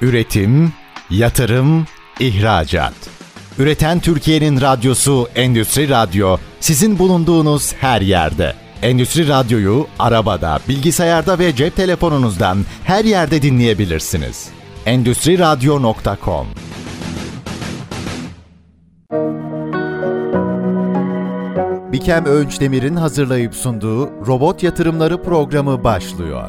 Üretim, yatırım, ihracat. Üreten Türkiye'nin radyosu Endüstri Radyo, sizin bulunduğunuz her yerde. Endüstri Radyo'yu arabada, bilgisayarda ve cep telefonunuzdan her yerde dinleyebilirsiniz. Endüstriradyo.com. Bikem Öğünçdemir'in hazırlayıp sunduğu Robot Yatırımları programı başlıyor.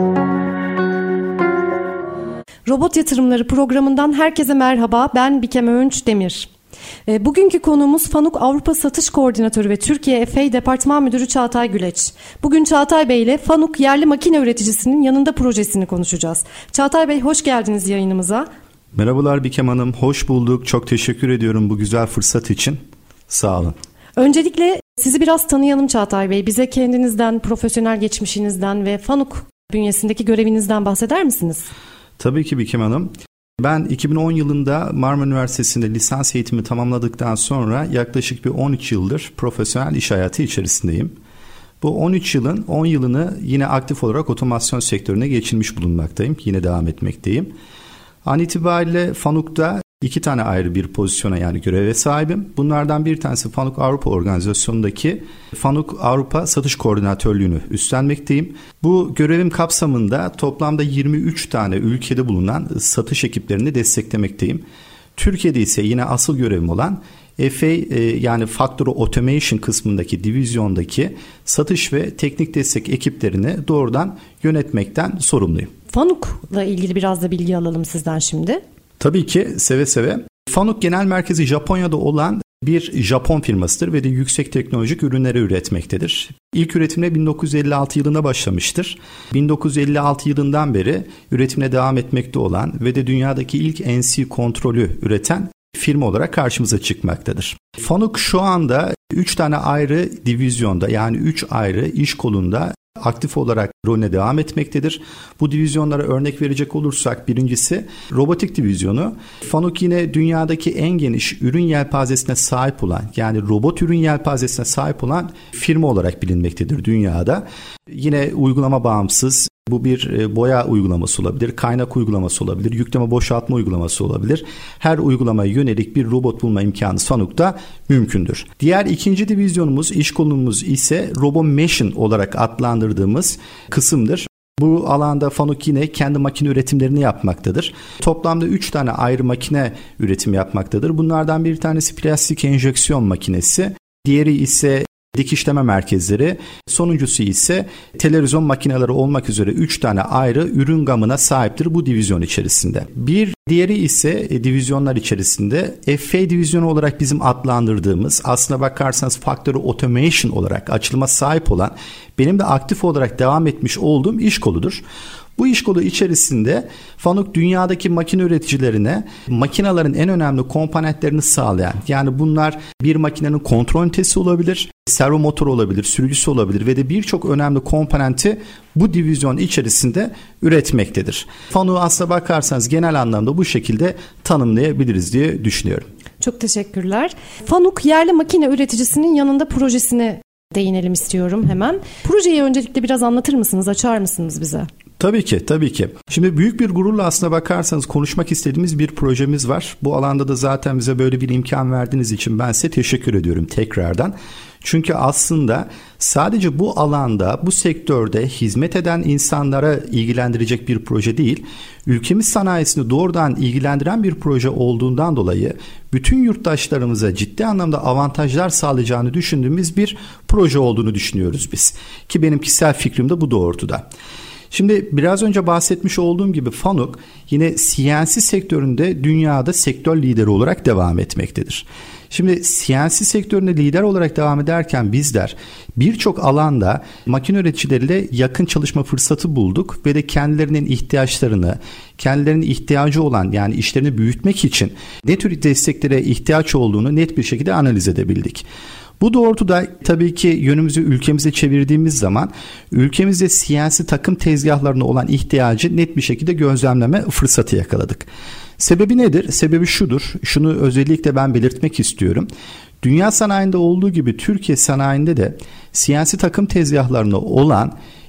Robot Yatırımları programından herkese merhaba. Ben Bikem Öğünçdemir. Bugünkü konuğumuz FANUC Avrupa Satış Koordinatörü ve Türkiye FA Departman Müdürü Çağatay Güleç. Bugün Çağatay Bey ile FANUC yerli makine üreticisinin yanında projesini konuşacağız. Çağatay Bey, hoş geldiniz yayınımıza. Merhabalar Bikem Hanım, hoş bulduk. Çok teşekkür ediyorum bu güzel fırsat için. Sağ olun. Öncelikle sizi biraz tanıyalım Çağatay Bey. Bize kendinizden, profesyonel geçmişinizden ve FANUC bünyesindeki görevinizden bahseder misiniz? Tabii ki Bikem Hanım. Ben 2010 yılında Marmara Üniversitesi'nde lisans eğitimi tamamladıktan sonra yaklaşık bir 13 yıldır profesyonel iş hayatı içerisindeyim. Bu 13 yılın 10 yılını yine aktif olarak otomasyon sektörüne geçirmiş bulunmaktayım. Yine devam etmekteyim. An itibariyle FANUC'da 2 tane ayrı bir pozisyona yani göreve sahibim. Bunlardan bir tanesi FANUC Avrupa Organizasyonu'ndaki FANUC Avrupa Satış Koordinatörlüğünü üstlenmekteyim. Bu görevim kapsamında toplamda 23 tane ülkede bulunan satış ekiplerini desteklemekteyim. Türkiye'de ise yine asıl görevim olan FA yani Factory Automation kısmındaki divizyondaki satış ve teknik destek ekiplerini doğrudan yönetmekten sorumluyum. FANUC'la ilgili biraz da bilgi alalım sizden şimdi. Tabii ki seve seve. FANUC genel merkezi Japonya'da olan bir Japon firmasıdır ve de yüksek teknolojik ürünleri üretmektedir. İlk üretimine 1956 yılında başlamıştır. 1956 yılından beri üretimine devam etmekte olan ve de dünyadaki ilk NC kontrolü üreten firma olarak karşımıza çıkmaktadır. FANUC şu anda 3 tane ayrı divizyonda yani 3 ayrı iş kolunda aktif olarak rolüne devam etmektedir. Bu divizyonlara örnek verecek olursak birincisi robotik divizyonu. FANUC yine dünyadaki en geniş ürün yelpazesine sahip olan yani robot ürün yelpazesine sahip olan firma olarak bilinmektedir dünyada. Yine uygulama bağımsız. Bu bir boya uygulaması olabilir, kaynak uygulaması olabilir, yükleme boşaltma uygulaması olabilir. Her uygulamaya yönelik bir robot bulma imkanı FANUC'ta mümkündür. Diğer ikinci divizyonumuz, iş kolumuz ise Robomation olarak adlandırdığımız kısımdır. Bu alanda FANUC yine kendi makine üretimlerini yapmaktadır. Toplamda 3 tane ayrı makine üretimi yapmaktadır. Bunlardan bir tanesi plastik enjeksiyon makinesi, diğeri ise dikişleme merkezleri, sonuncusu ise televizyon makineleri olmak üzere 3 tane ayrı ürün gamına sahiptir bu divizyon içerisinde. Bir diğeri ise divizyonlar içerisinde FA divizyonu olarak bizim adlandırdığımız, aslına bakarsanız Factory Automation olarak açılıma sahip olan, benim de aktif olarak devam etmiş olduğum iş koludur. Bu iş kolu içerisinde FANUC dünyadaki makine üreticilerine makinelerin en önemli komponentlerini sağlayan, yani bunlar bir makinenin kontrol ünitesi olabilir, servo motor olabilir, sürücüsü olabilir ve de birçok önemli komponenti bu divizyon içerisinde üretmektedir. FANUC'u aslına bakarsanız genel anlamda bu şekilde tanımlayabiliriz diye düşünüyorum. Çok teşekkürler. FANUC yerli makine üreticisinin yanında projesine değinelim istiyorum hemen. Projeyi öncelikle biraz anlatır mısınız, açar mısınız bize? Tabii ki, tabii ki. Şimdi büyük bir gururla aslına bakarsanız konuşmak istediğimiz bir projemiz var. Bu alanda da zaten bize böyle bir imkan verdiğiniz için ben size teşekkür ediyorum tekrardan. Çünkü aslında sadece bu alanda, bu sektörde hizmet eden insanlara ilgilendirecek bir proje değil, ülkemiz sanayisini doğrudan ilgilendiren bir proje olduğundan dolayı bütün yurttaşlarımıza ciddi anlamda avantajlar sağlayacağını düşündüğümüz bir proje olduğunu düşünüyoruz biz. Ki benim kişisel fikrim de bu doğrultuda. Şimdi biraz önce bahsetmiş olduğum gibi FANUC yine CNC sektöründe dünyada sektör lideri olarak devam etmektedir. Şimdi CNC sektöründe lider olarak devam ederken bizler birçok alanda makine üreticileriyle yakın çalışma fırsatı bulduk ve de kendilerinin ihtiyaçlarını, kendilerinin ihtiyacı olan yani işlerini büyütmek için ne tür desteklere ihtiyaç olduğunu net bir şekilde analiz edebildik. Bu doğrultuda tabii ki yönümüzü ülkemize çevirdiğimiz zaman ülkemizde CNC takım tezgahlarına olan ihtiyacı net bir şekilde gözlemleme fırsatı yakaladık. Sebebi nedir? Sebebi şudur. Şunu özellikle ben belirtmek istiyorum. Dünya sanayinde olduğu gibi Türkiye sanayinde de CNC takım tezgahlarına olan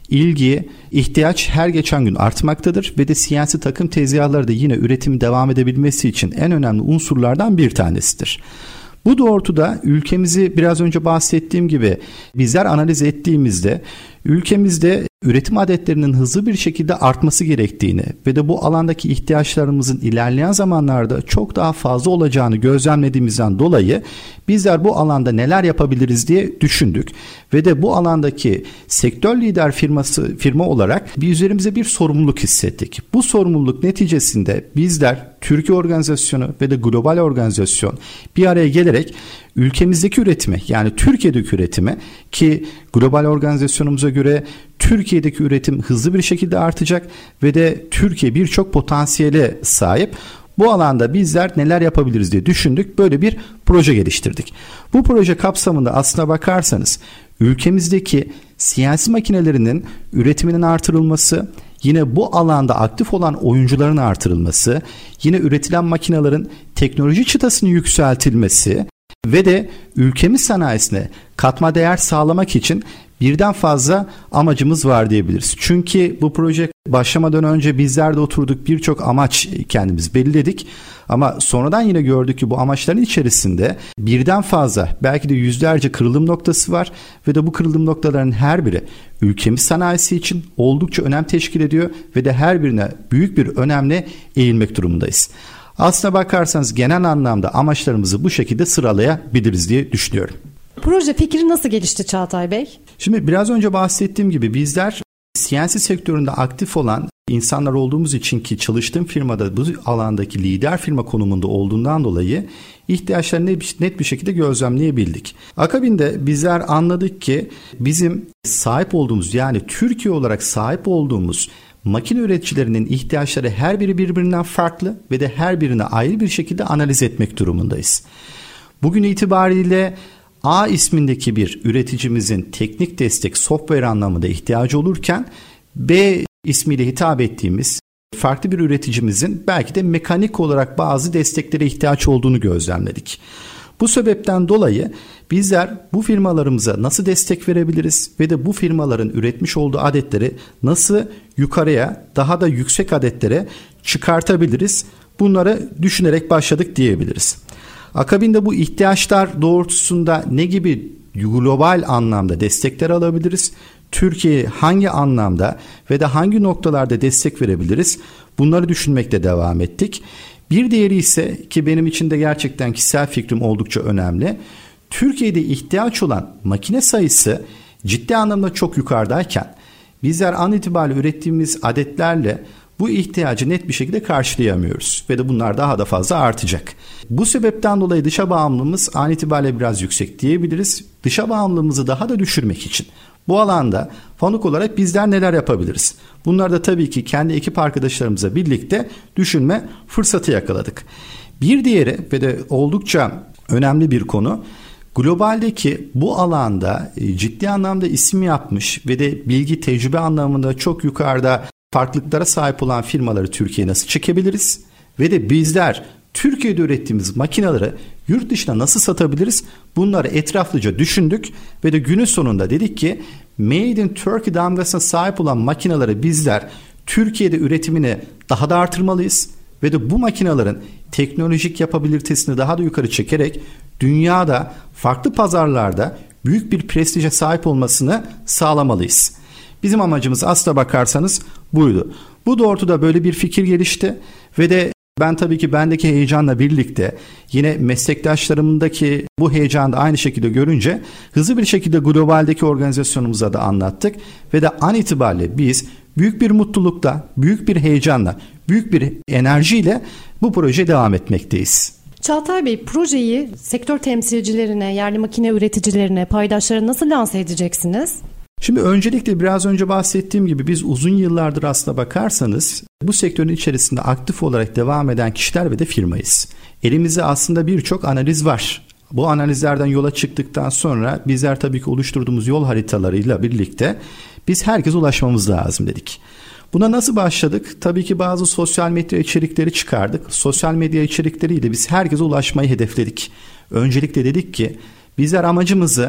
ilgi, ihtiyaç her geçen gün artmaktadır ve de siyasi takım tezgahları da yine üretimi devam edebilmesi için en önemli unsurlardan bir tanesidir. Bu doğrultuda ülkemizi biraz önce bahsettiğim gibi bizler analiz ettiğimizde ülkemizde üretim adetlerinin hızlı bir şekilde artması gerektiğini ve de bu alandaki ihtiyaçlarımızın ilerleyen zamanlarda çok daha fazla olacağını gözlemlediğimizden dolayı bizler bu alanda neler yapabiliriz diye düşündük ve de bu alandaki sektör lider firma olarak üzerimize bir sorumluluk hissettik. Bu sorumluluk neticesinde bizler Türkiye organizasyonu ve de global organizasyon bir araya gelerek ülkemizdeki üretimi, yani Türkiye'deki üretimi, ki global organizasyonumuza göre Türkiye'deki üretim hızlı bir şekilde artacak ve de Türkiye birçok potansiyele sahip. Bu alanda bizler neler yapabiliriz diye düşündük. Böyle bir proje geliştirdik. Bu proje kapsamında aslına bakarsanız ülkemizdeki CNC makinelerinin üretiminin artırılması, yine bu alanda aktif olan oyuncuların artırılması, yine üretilen makinelerin teknoloji çıtasını yükseltilmesi ve de ülkemiz sanayisine katma değer sağlamak için birden fazla amacımız var diyebiliriz. Çünkü bu proje başlamadan önce bizler de oturduk, birçok amaç kendimiz belirledik. Ama sonradan yine gördük ki bu amaçların içerisinde birden fazla, belki de yüzlerce kırılım noktası var ve de bu kırılım noktaların her biri ülkemiz sanayisi için oldukça önem teşkil ediyor ve de her birine büyük bir önemle eğilmek durumundayız. Aslına bakarsanız genel anlamda amaçlarımızı bu şekilde sıralayabiliriz diye düşünüyorum. Proje fikri nasıl gelişti Çağatay Bey? Şimdi biraz önce bahsettiğim gibi bizler CNC sektöründe aktif olan insanlar olduğumuz için, ki çalıştığım firmada bu alandaki lider firma konumunda olduğundan dolayı ihtiyaçlarını net bir şekilde gözlemleyebildik. Akabinde bizler anladık ki bizim sahip olduğumuz, yani Türkiye olarak sahip olduğumuz makine üreticilerinin ihtiyaçları her biri birbirinden farklı ve de her birini ayrı bir şekilde analiz etmek durumundayız. Bugün itibariyle A ismindeki bir üreticimizin teknik destek software anlamında ihtiyacı olurken B ismiyle hitap ettiğimiz farklı bir üreticimizin belki de mekanik olarak bazı desteklere ihtiyaç olduğunu gözlemledik. Bu sebepten dolayı bizler bu firmalarımıza nasıl destek verebiliriz ve de bu firmaların üretmiş olduğu adetleri nasıl yukarıya, daha da yüksek adetlere çıkartabiliriz? Bunları düşünerek başladık diyebiliriz. Akabinde bu ihtiyaçlar doğrultusunda ne gibi global anlamda destekler alabiliriz? Türkiye'ye hangi anlamda ve de hangi noktalarda destek verebiliriz? Bunları düşünmekte devam ettik. Bir diğeri ise, ki benim için de gerçekten kişisel fikrim oldukça önemli, Türkiye'de ihtiyaç olan makine sayısı ciddi anlamda çok yukarıdayken bizler an itibariyle ürettiğimiz adetlerle bu ihtiyacı net bir şekilde karşılayamıyoruz ve de bunlar daha da fazla artacak. Bu sebepten dolayı dışa bağımlılığımız an itibariyle biraz yüksek diyebiliriz. Dışa bağımlılığımızı daha da düşürmek için bu alanda FANUK olarak bizler neler yapabiliriz? Bunları da tabii ki kendi ekip arkadaşlarımızla birlikte düşünme fırsatı yakaladık. Bir diğeri ve de oldukça önemli bir konu, globaldeki bu alanda ciddi anlamda isim yapmış ve de bilgi tecrübe anlamında çok yukarıda farklılıklara sahip olan firmaları Türkiye'ye nasıl çekebiliriz? Ve de bizler Türkiye'de ürettiğimiz makineleri yurt dışına nasıl satabiliriz? Bunları etraflıca düşündük ve de günün sonunda dedik ki Made in Turkey damgasına sahip olan makineleri bizler Türkiye'de üretimini daha da artırmalıyız ve de bu makinelerin teknolojik yapabilitesini daha da yukarı çekerek dünyada farklı pazarlarda büyük bir prestije sahip olmasını sağlamalıyız. Bizim amacımız aslına bakarsanız buydu. Bu doğrultuda böyle bir fikir gelişti ve de ben tabii ki bendeki heyecanla birlikte yine meslektaşlarımdaki bu heyecanı da aynı şekilde görünce hızlı bir şekilde globaldeki organizasyonumuza da anlattık ve de an itibariyle biz büyük bir mutlulukla, büyük bir heyecanla, büyük bir enerjiyle bu projeye devam etmekteyiz. Çağatay Bey, projeyi sektör temsilcilerine, yerli makine üreticilerine, paydaşlara nasıl lanse edeceksiniz? Şimdi öncelikle biraz önce bahsettiğim gibi biz uzun yıllardır aslına bakarsanız bu sektörün içerisinde aktif olarak devam eden kişiler ve de firmayız. Elimizde aslında birçok analiz var. Bu analizlerden yola çıktıktan sonra bizler tabii ki oluşturduğumuz yol haritalarıyla birlikte biz herkese ulaşmamız lazım dedik. Buna nasıl başladık? Tabii ki bazı sosyal medya içerikleri çıkardık. Sosyal medya içerikleriyle biz herkese ulaşmayı hedefledik. Öncelikle dedik ki bizler amacımızı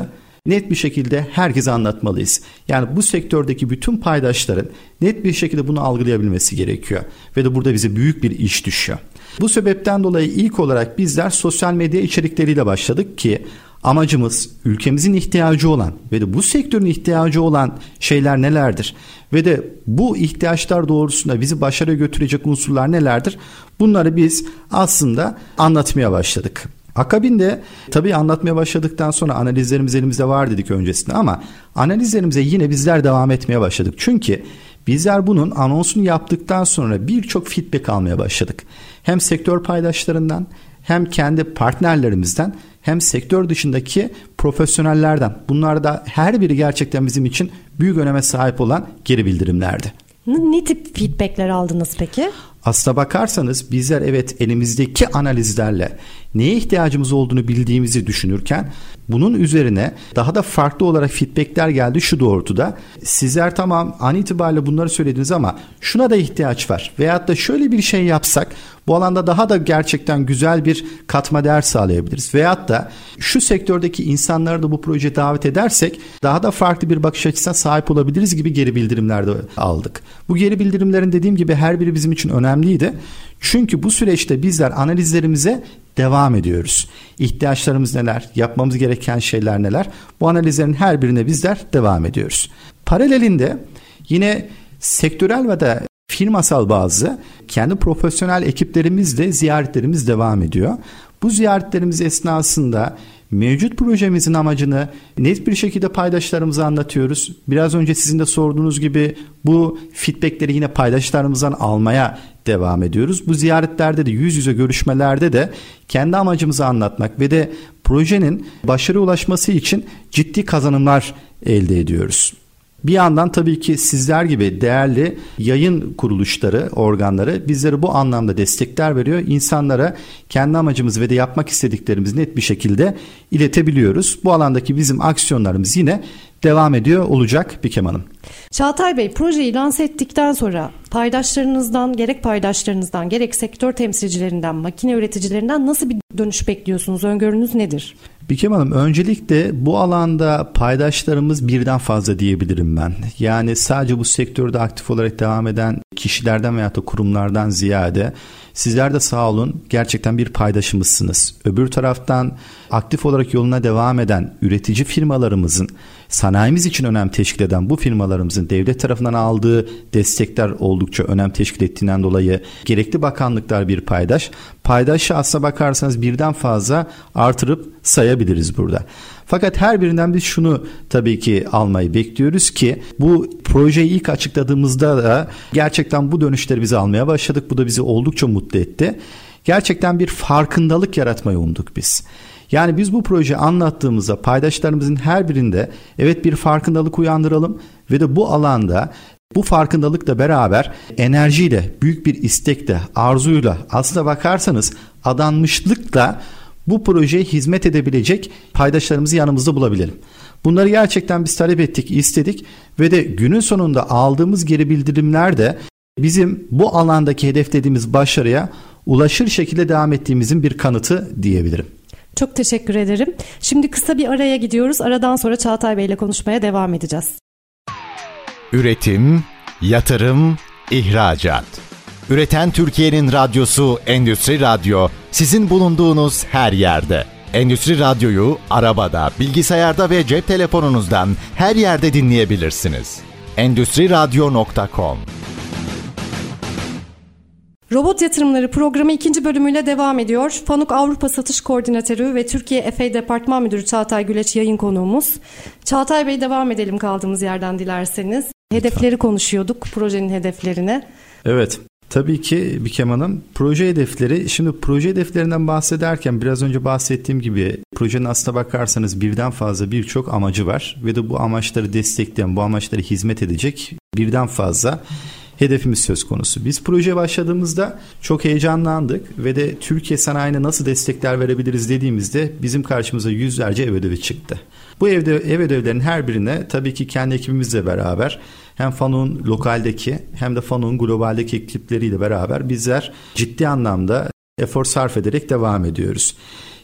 net bir şekilde herkese anlatmalıyız. Yani bu sektördeki bütün paydaşların net bir şekilde bunu algılayabilmesi gerekiyor. Ve de burada bize büyük bir iş düşüyor. Bu sebepten dolayı ilk olarak bizler sosyal medya içerikleriyle başladık ki amacımız ülkemizin ihtiyacı olan ve de bu sektörün ihtiyacı olan şeyler nelerdir? Ve de bu ihtiyaçlar doğrultusunda bizi başarıya götürecek unsurlar nelerdir? Bunları biz aslında anlatmaya başladık. Akabinde tabii anlatmaya başladıktan sonra analizlerimiz elimizde var dedik öncesinde ama analizlerimize yine bizler devam etmeye başladık. Çünkü bizler bunun anonsunu yaptıktan sonra birçok feedback almaya başladık. Hem sektör paydaşlarından hem kendi partnerlerimizden hem sektör dışındaki profesyonellerden. Bunlar da her biri gerçekten bizim için büyük öneme sahip olan geri bildirimlerdi. Ne tip feedbackler aldınız peki? Aslına bakarsanız bizler evet elimizdeki analizlerle neye ihtiyacımız olduğunu bildiğimizi düşünürken bunun üzerine daha da farklı olarak feedbackler geldi şu doğrultuda. Sizler tamam an itibariyle bunları söylediniz ama şuna da ihtiyaç var. Veyahut da şöyle bir şey yapsak bu alanda daha da gerçekten güzel bir katma değer sağlayabiliriz. Veyahut da şu sektördeki insanları da bu projeye davet edersek daha da farklı bir bakış açısına sahip olabiliriz gibi geri bildirimler de aldık. Bu geri bildirimlerin dediğim gibi her biri bizim için önemliydi. Çünkü bu süreçte bizler analizlerimize devam ediyoruz. İhtiyaçlarımız neler, yapmamız gereken şeyler neler? Bu analizlerin her birine bizler devam ediyoruz. Paralelinde yine sektörel ve de firmasal bazı kendi profesyonel ekiplerimizle ziyaretlerimiz devam ediyor. Bu ziyaretlerimiz esnasında mevcut projemizin amacını net bir şekilde paydaşlarımıza anlatıyoruz. Biraz önce sizin de sorduğunuz gibi bu feedbackleri yine paydaşlarımızdan almaya devam ediyoruz. Bu ziyaretlerde de yüz yüze görüşmelerde de kendi amacımızı anlatmak ve de projenin başarıya ulaşması için ciddi kazanımlar elde ediyoruz. Bir yandan tabii ki sizler gibi değerli yayın kuruluşları, organları bizlere bu anlamda destekler veriyor. İnsanlara kendi amacımız ve de yapmak istediklerimizi net bir şekilde iletebiliyoruz. Bu alandaki bizim aksiyonlarımız yine devam ediyor olacak Bikem Hanım. Çağatay Bey, projeyi lanse ettikten sonra paydaşlarınızdan, gerek paydaşlarınızdan gerek sektör temsilcilerinden, makine üreticilerinden nasıl bir dönüş bekliyorsunuz? Öngörünüz nedir? Bikem Hanım, öncelikle bu alanda paydaşlarımız birden fazla diyebilirim ben. Yani sadece bu sektörde aktif olarak devam eden kişilerden veya da kurumlardan ziyade sizler de sağ olun gerçekten bir paydaşımızsınız. Öbür taraftan aktif olarak yoluna devam eden üretici firmalarımızın, sanayimiz için önem teşkil eden bu firmalarımızın devlet tarafından aldığı destekler oldukça önem teşkil ettiğinden dolayı gerekli bakanlıklar bir paydaş. Paydaşı aslına bakarsanız birden fazla artırıp sayabiliriz burada. Fakat her birinden biz şunu tabii ki almayı bekliyoruz ki bu projeyi ilk açıkladığımızda da gerçekten bu dönüşleri bize almaya başladık. Bu da bizi oldukça mutlu etti. Gerçekten bir farkındalık yaratmayı umduk biz. Yani biz bu projeyi anlattığımızda paydaşlarımızın her birinde evet bir farkındalık uyandıralım ve de bu alanda bu farkındalıkla beraber enerjiyle, büyük bir istekle, arzuyla aslında bakarsanız adanmışlıkla bu projeye hizmet edebilecek paydaşlarımızı yanımızda bulabilirim. Bunları gerçekten biz talep ettik, istedik ve de günün sonunda aldığımız geri bildirimler de bizim bu alandaki hedeflediğimiz başarıya ulaşır şekilde devam ettiğimizin bir kanıtı diyebilirim. Çok teşekkür ederim. Şimdi kısa bir araya gidiyoruz. Aradan sonra Çağatay Bey ile konuşmaya devam edeceğiz. Üretim, yatırım, ihracat. Üreten Türkiye'nin radyosu Endüstri Radyo, sizin bulunduğunuz her yerde. Endüstri Radyo'yu arabada, bilgisayarda ve cep telefonunuzdan her yerde dinleyebilirsiniz. Endüstriradyo.com. Robot Yatırımları programı 2. bölümüyle devam ediyor. FANUC Avrupa Satış Koordinatörü ve Türkiye FA Departman Müdürü Çağatay Güleç yayın konuğumuz. Çağatay Bey, devam edelim kaldığımız yerden dilerseniz. Hedefleri konuşuyorduk, projenin hedeflerini. Evet. Tabii ki Bikem Hanım, proje hedefleri, şimdi proje hedeflerinden bahsederken biraz önce bahsettiğim gibi projenin aslına bakarsanız birden fazla birçok amacı var ve de bu amaçları destekleyen, bu amaçlara hizmet edecek birden fazla hedefimiz söz konusu. Biz projeye başladığımızda çok heyecanlandık ve de Türkiye sanayine nasıl destekler verebiliriz dediğimizde bizim karşımıza yüzlerce ev ödevi çıktı. Bu ev ödevlerinin her birine tabii ki kendi ekibimizle beraber hem FANUC'un lokaldeki hem de FANUC'un globaldeki ekipleriyle beraber bizler ciddi anlamda efor sarf ederek devam ediyoruz.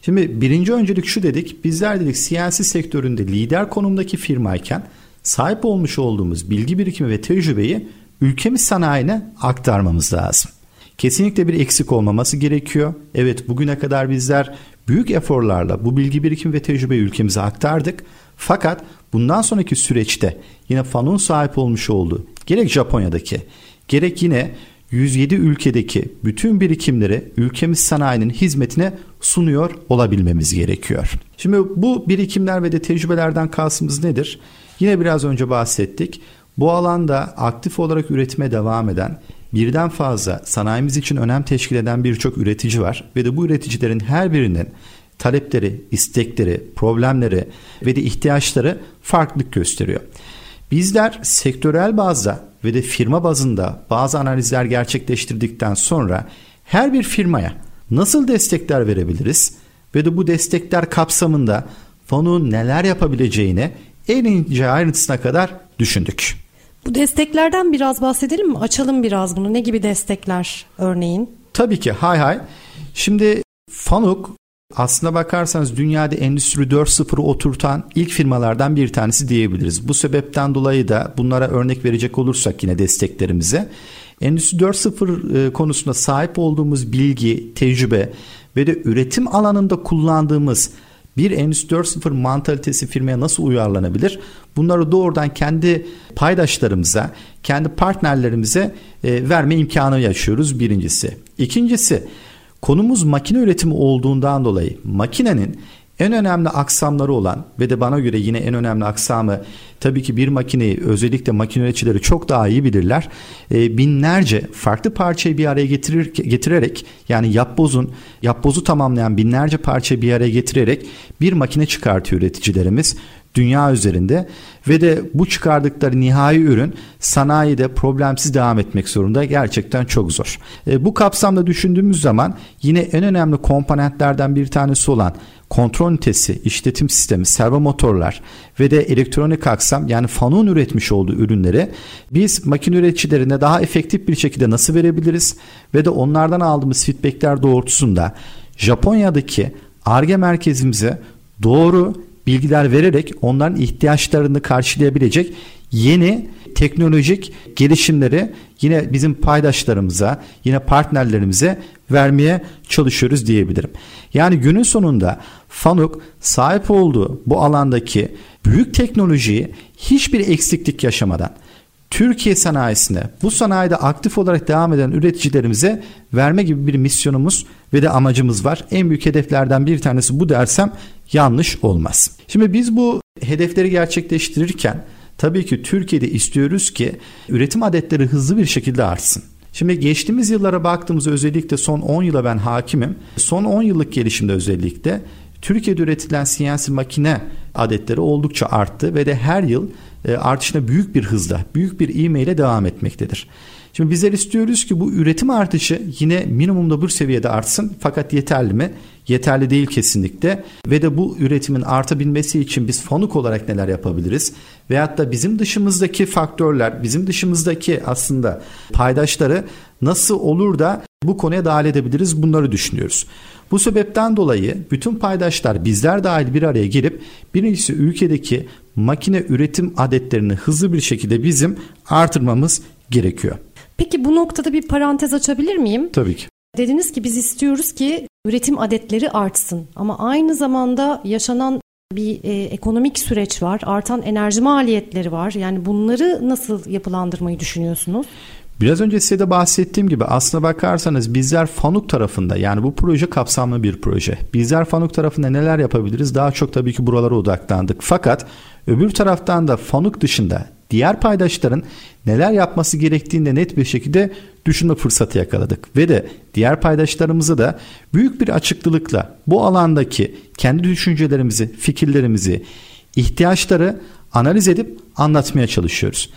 Şimdi birinci öncelik şu dedik. Bizler dedik CNC sektöründe lider konumdaki firmayken sahip olmuş olduğumuz bilgi birikimi ve tecrübeyi ülkemiz sanayine aktarmamız lazım. Kesinlikle bir eksik olmaması gerekiyor. Evet, bugüne kadar bizler büyük eforlarla bu bilgi birikimi ve tecrübeyi ülkemize aktardık. Fakat bundan sonraki süreçte yine FANUK'un sahip olmuş olduğu gerek Japonya'daki gerek yine 107 ülkedeki bütün birikimleri ülkemiz sanayinin hizmetine sunuyor olabilmemiz gerekiyor. Şimdi bu birikimler ve de tecrübelerden kastımız nedir? Yine biraz önce bahsettik. Bu alanda aktif olarak üretime devam eden birden fazla sanayimiz için önem teşkil eden birçok üretici var ve de bu üreticilerin her birinin talepleri, istekleri, problemleri ve de ihtiyaçları farklılık gösteriyor. Bizler sektörel bazda ve de firma bazında bazı analizler gerçekleştirdikten sonra her bir firmaya nasıl destekler verebiliriz ve de bu destekler kapsamında FANUK'un neler yapabileceğini en ince ayrıntısına kadar düşündük. Bu desteklerden biraz bahsedelim mi? Açalım biraz bunu. Ne gibi destekler örneğin? Tabii ki hay. Şimdi FANUK aslına bakarsanız dünyada Endüstri 4.0'ı oturtan ilk firmalardan bir tanesi diyebiliriz. Bu sebepten dolayı da bunlara örnek verecek olursak yine desteklerimize Endüstri 4.0 konusunda sahip olduğumuz bilgi, tecrübe ve de üretim alanında kullandığımız bir Endüstri 4.0 mantalitesi firmaya nasıl uyarlanabilir? Bunları doğrudan kendi paydaşlarımıza, kendi partnerlerimize verme imkanı yaşıyoruz birincisi. İkincisi, konumuz makine üretimi olduğundan dolayı makinenin en önemli aksamları olan ve de bana göre yine en önemli aksamı tabii ki bir makineyi özellikle makine üreticileri çok daha iyi bilirler. Binlerce farklı parçayı bir araya getirerek yani yapbozu tamamlayan binlerce parçayı bir araya getirerek bir makine çıkartıyor üreticilerimiz dünya üzerinde ve de bu çıkardıkları nihai ürün sanayide problemsiz devam etmek zorunda, gerçekten çok zor. Bu kapsamda düşündüğümüz zaman yine en önemli komponentlerden bir tanesi olan kontrol ünitesi, işletim sistemi, servo motorlar ve de elektronik aksam yani FANUK'un üretmiş olduğu ürünleri biz makine üreticilerine daha efektif bir şekilde nasıl verebiliriz ve de onlardan aldığımız feedbackler doğrultusunda Japonya'daki Ar-Ge merkezimize doğru bilgiler vererek onların ihtiyaçlarını karşılayabilecek yeni teknolojik gelişimleri yine bizim paydaşlarımıza, yine partnerlerimize vermeye çalışıyoruz diyebilirim. Yani günün sonunda FANUK sahip olduğu bu alandaki büyük teknolojiyi hiçbir eksiklik yaşamadan Türkiye sanayisine, bu sanayide aktif olarak devam eden üreticilerimize verme gibi bir misyonumuz ve de amacımız var. En büyük hedeflerden bir tanesi bu dersem yanlış olmaz. Şimdi biz bu hedefleri gerçekleştirirken tabii ki Türkiye'de istiyoruz ki üretim adetleri hızlı bir şekilde artsın. Şimdi geçtiğimiz yıllara baktığımızda özellikle son 10 yıla ben hakimim. Son 10 yıllık gelişimde özellikle Türkiye'de üretilen CNC makine adetleri oldukça arttı ve de her yıl artışına büyük bir hızla, büyük bir ivmeyle devam etmektedir. Şimdi bizler istiyoruz ki bu üretim artışı yine minimumda bir seviyede artsın, fakat yeterli mi? Yeterli değil kesinlikle ve de bu üretimin artabilmesi için biz FANUK olarak neler yapabiliriz? Veyahut da bizim dışımızdaki faktörler, bizim dışımızdaki aslında paydaşları nasıl olur da bu konuya dahil edebiliriz, bunları düşünüyoruz. Bu sebepten dolayı bütün paydaşlar bizler dahil bir araya gelip birincisi ülkedeki makine üretim adetlerini hızlı bir şekilde bizim artırmamız gerekiyor. Peki bu noktada bir parantez açabilir miyim? Tabii ki. Dediniz ki biz istiyoruz ki üretim adetleri artsın ama aynı zamanda yaşanan bir ekonomik süreç var, artan enerji maliyetleri var. Yani bunları nasıl yapılandırmayı düşünüyorsunuz? Biraz önce size de bahsettiğim gibi aslına bakarsanız bizler FANUK tarafında, yani bu proje kapsamlı bir proje. Bizler FANUK tarafında neler yapabiliriz? Daha çok tabii ki buralara odaklandık. Fakat öbür taraftan da FANUK dışında diğer paydaşların neler yapması gerektiğini de net bir şekilde düşünme fırsatı yakaladık. Ve de diğer paydaşlarımızı da büyük bir açıklılıkla bu alandaki kendi düşüncelerimizi, fikirlerimizi, ihtiyaçları analiz edip anlatmaya çalışıyoruz.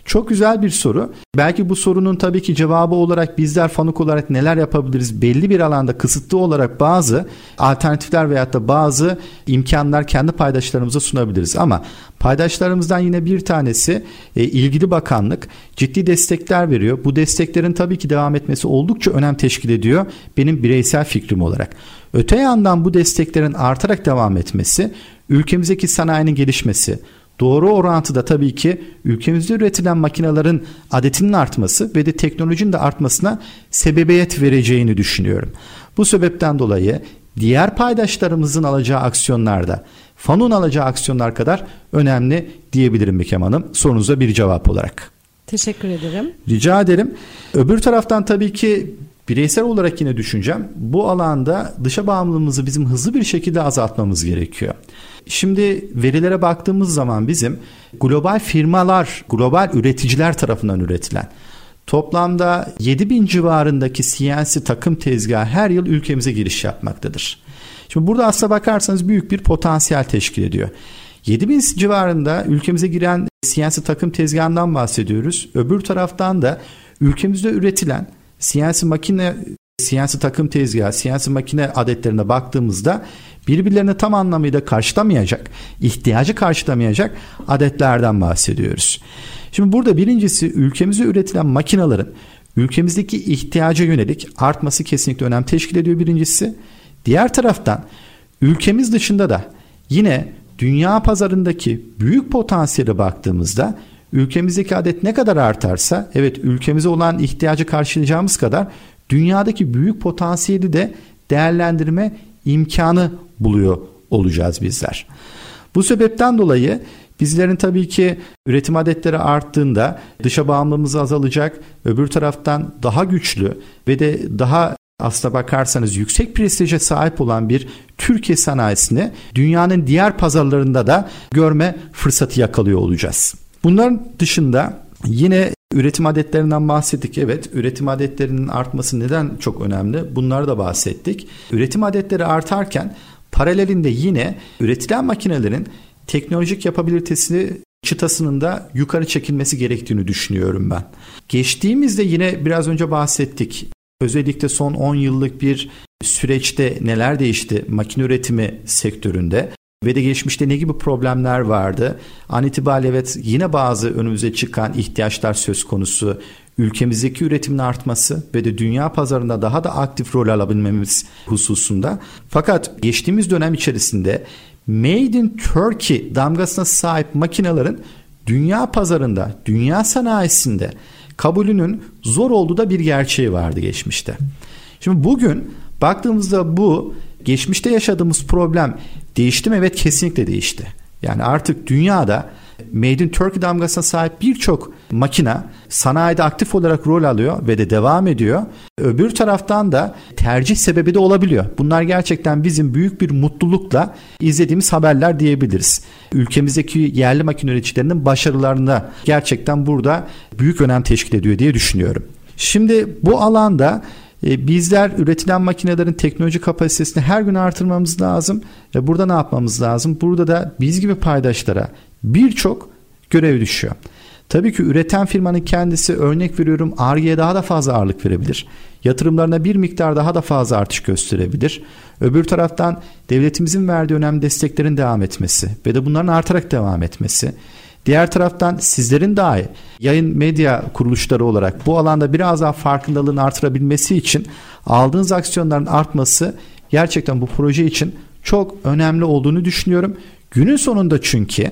Çok güzel bir soru. Belki bu sorunun tabii ki cevabı olarak bizler Fanuk olarak neler yapabiliriz? Belli bir alanda kısıtlı olarak bazı alternatifler veyahut da bazı imkanlar kendi paydaşlarımıza sunabiliriz. Ama paydaşlarımızdan yine bir tanesi ilgili bakanlık ciddi destekler veriyor. Bu desteklerin tabii ki devam etmesi oldukça önem teşkil ediyor benim bireysel fikrim olarak. Öte yandan bu desteklerin artarak devam etmesi, ülkemizdeki sanayinin gelişmesi, doğru orantıda tabii ki ülkemizde üretilen makinelerin adetinin artması ve de teknolojinin de artmasına sebebiyet vereceğini düşünüyorum. Bu sebepten dolayı diğer paydaşlarımızın alacağı aksiyonlarda Fanuk'un alacağı aksiyonlar kadar önemli diyebilirim Bikem Hanım, sorunuza bir cevap olarak. Teşekkür ederim. Rica ederim. Öbür taraftan tabii ki bireysel olarak yine düşüneceğim. Bu alanda dışa bağımlılığımızı bizim hızlı bir şekilde azaltmamız gerekiyor. Şimdi verilere baktığımız zaman bizim global firmalar, global üreticiler tarafından üretilen toplamda 7.000 civarındaki CNC takım tezgahı her yıl ülkemize giriş yapmaktadır. Şimdi burada aslına bakarsanız büyük bir potansiyel teşkil ediyor. 7.000 civarında ülkemize giren CNC takım tezgahından bahsediyoruz. Öbür taraftan da ülkemizde üretilen CNC makine, CNC takım tezgahı, CNC makine adetlerine baktığımızda birbirlerini tam anlamıyla karşılamayacak, ihtiyacı karşılamayacak adetlerden bahsediyoruz. Şimdi burada birincisi ülkemizde üretilen makinelerin ülkemizdeki ihtiyaca yönelik artması kesinlikle önem teşkil ediyor birincisi. Diğer taraftan ülkemiz dışında da yine dünya pazarındaki büyük potansiyele baktığımızda ülkemizdeki adet ne kadar artarsa, evet ülkemize olan ihtiyacı karşılayacağımız kadar dünyadaki büyük potansiyeli de değerlendirme imkanı buluyor olacağız bizler. Bu sebepten dolayı bizlerin tabii ki üretim adetleri arttığında dışa bağımlılığımız azalacak, öbür taraftan daha güçlü ve de daha aslına bakarsanız yüksek prestije sahip olan bir Türkiye sanayisini dünyanın diğer pazarlarında da görme fırsatı yakalıyor olacağız. Bunların dışında yine üretim adetlerinden bahsettik. Evet, üretim adetlerinin artması neden çok önemli? Bunları da bahsettik. Üretim adetleri artarken paralelinde yine üretilen makinelerin teknolojik yapabilitesi çıtasının da yukarı çekilmesi gerektiğini düşünüyorum ben. Geçtiğimizde yine biraz önce bahsettik. Özellikle son 10 yıllık bir süreçte neler değişti makine üretimi sektöründe ve de geçmişte ne gibi problemler vardı? An itibariyle evet yine bazı önümüze çıkan ihtiyaçlar söz konusu. Ülkemizdeki üretimin artması ve de dünya pazarında daha da aktif rol alabilmemiz hususunda. Fakat geçtiğimiz dönem içerisinde Made in Turkey damgasına sahip makinelerin dünya pazarında, dünya sanayisinde kabulünün zor olduğu da bir gerçeği vardı geçmişte. Şimdi bugün baktığımızda bu geçmişte yaşadığımız problem değişti mi? Evet, kesinlikle değişti. Yani artık dünyada Made in Turkey damgasına sahip birçok makina sanayide aktif olarak rol alıyor ve de devam ediyor. Öbür taraftan da tercih sebebi de olabiliyor. Bunlar gerçekten bizim büyük bir mutlulukla izlediğimiz haberler diyebiliriz. Ülkemizdeki yerli makine üreticilerinin başarılarına gerçekten burada büyük önem teşkil ediyor diye düşünüyorum. Şimdi bu alanda bizler üretilen makinelerin teknoloji kapasitesini her gün artırmamız lazım. Burada ne yapmamız lazım? Burada da biz gibi paydaşlara birçok görev düşüyor. Tabii ki üreten firmanın kendisi, örnek veriyorum, Ar-Ge'ye daha da fazla ağırlık verebilir. Yatırımlarına bir miktar daha da fazla artış gösterebilir. Öbür taraftan devletimizin verdiği önemli desteklerin devam etmesi ve de bunların artarak devam etmesi. Diğer taraftan sizlerin dahi yayın medya kuruluşları olarak bu alanda biraz daha farkındalığın artırabilmesi için aldığınız aksiyonların artması gerçekten bu proje için çok önemli olduğunu düşünüyorum. Günün sonunda çünkü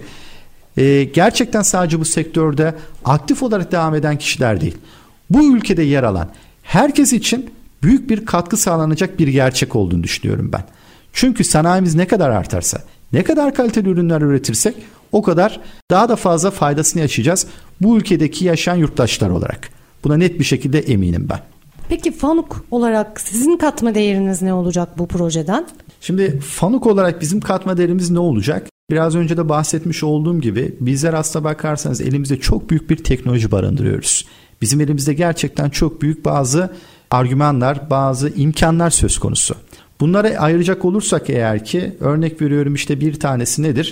gerçekten sadece bu sektörde aktif olarak devam eden kişiler değil, bu ülkede yer alan herkes için büyük bir katkı sağlanacak bir gerçek olduğunu düşünüyorum ben. Çünkü sanayimiz ne kadar artarsa, ne kadar kaliteli ürünler üretirsek o kadar daha da fazla faydasını yaşayacağız bu ülkedeki yaşayan yurttaşlar olarak. Buna net bir şekilde eminim ben. Peki Fanuk olarak sizin katma değeriniz ne olacak bu projeden? Şimdi Fanuk olarak bizim katma değerimiz ne olacak? Biraz önce de bahsetmiş olduğum gibi bizler aslına bakarsanız elimizde çok büyük bir teknoloji barındırıyoruz. Bizim elimizde gerçekten çok büyük bazı argümanlar, bazı imkanlar söz konusu. Bunlara ayıracak olursak eğer ki, örnek veriyorum, işte bir tanesi nedir?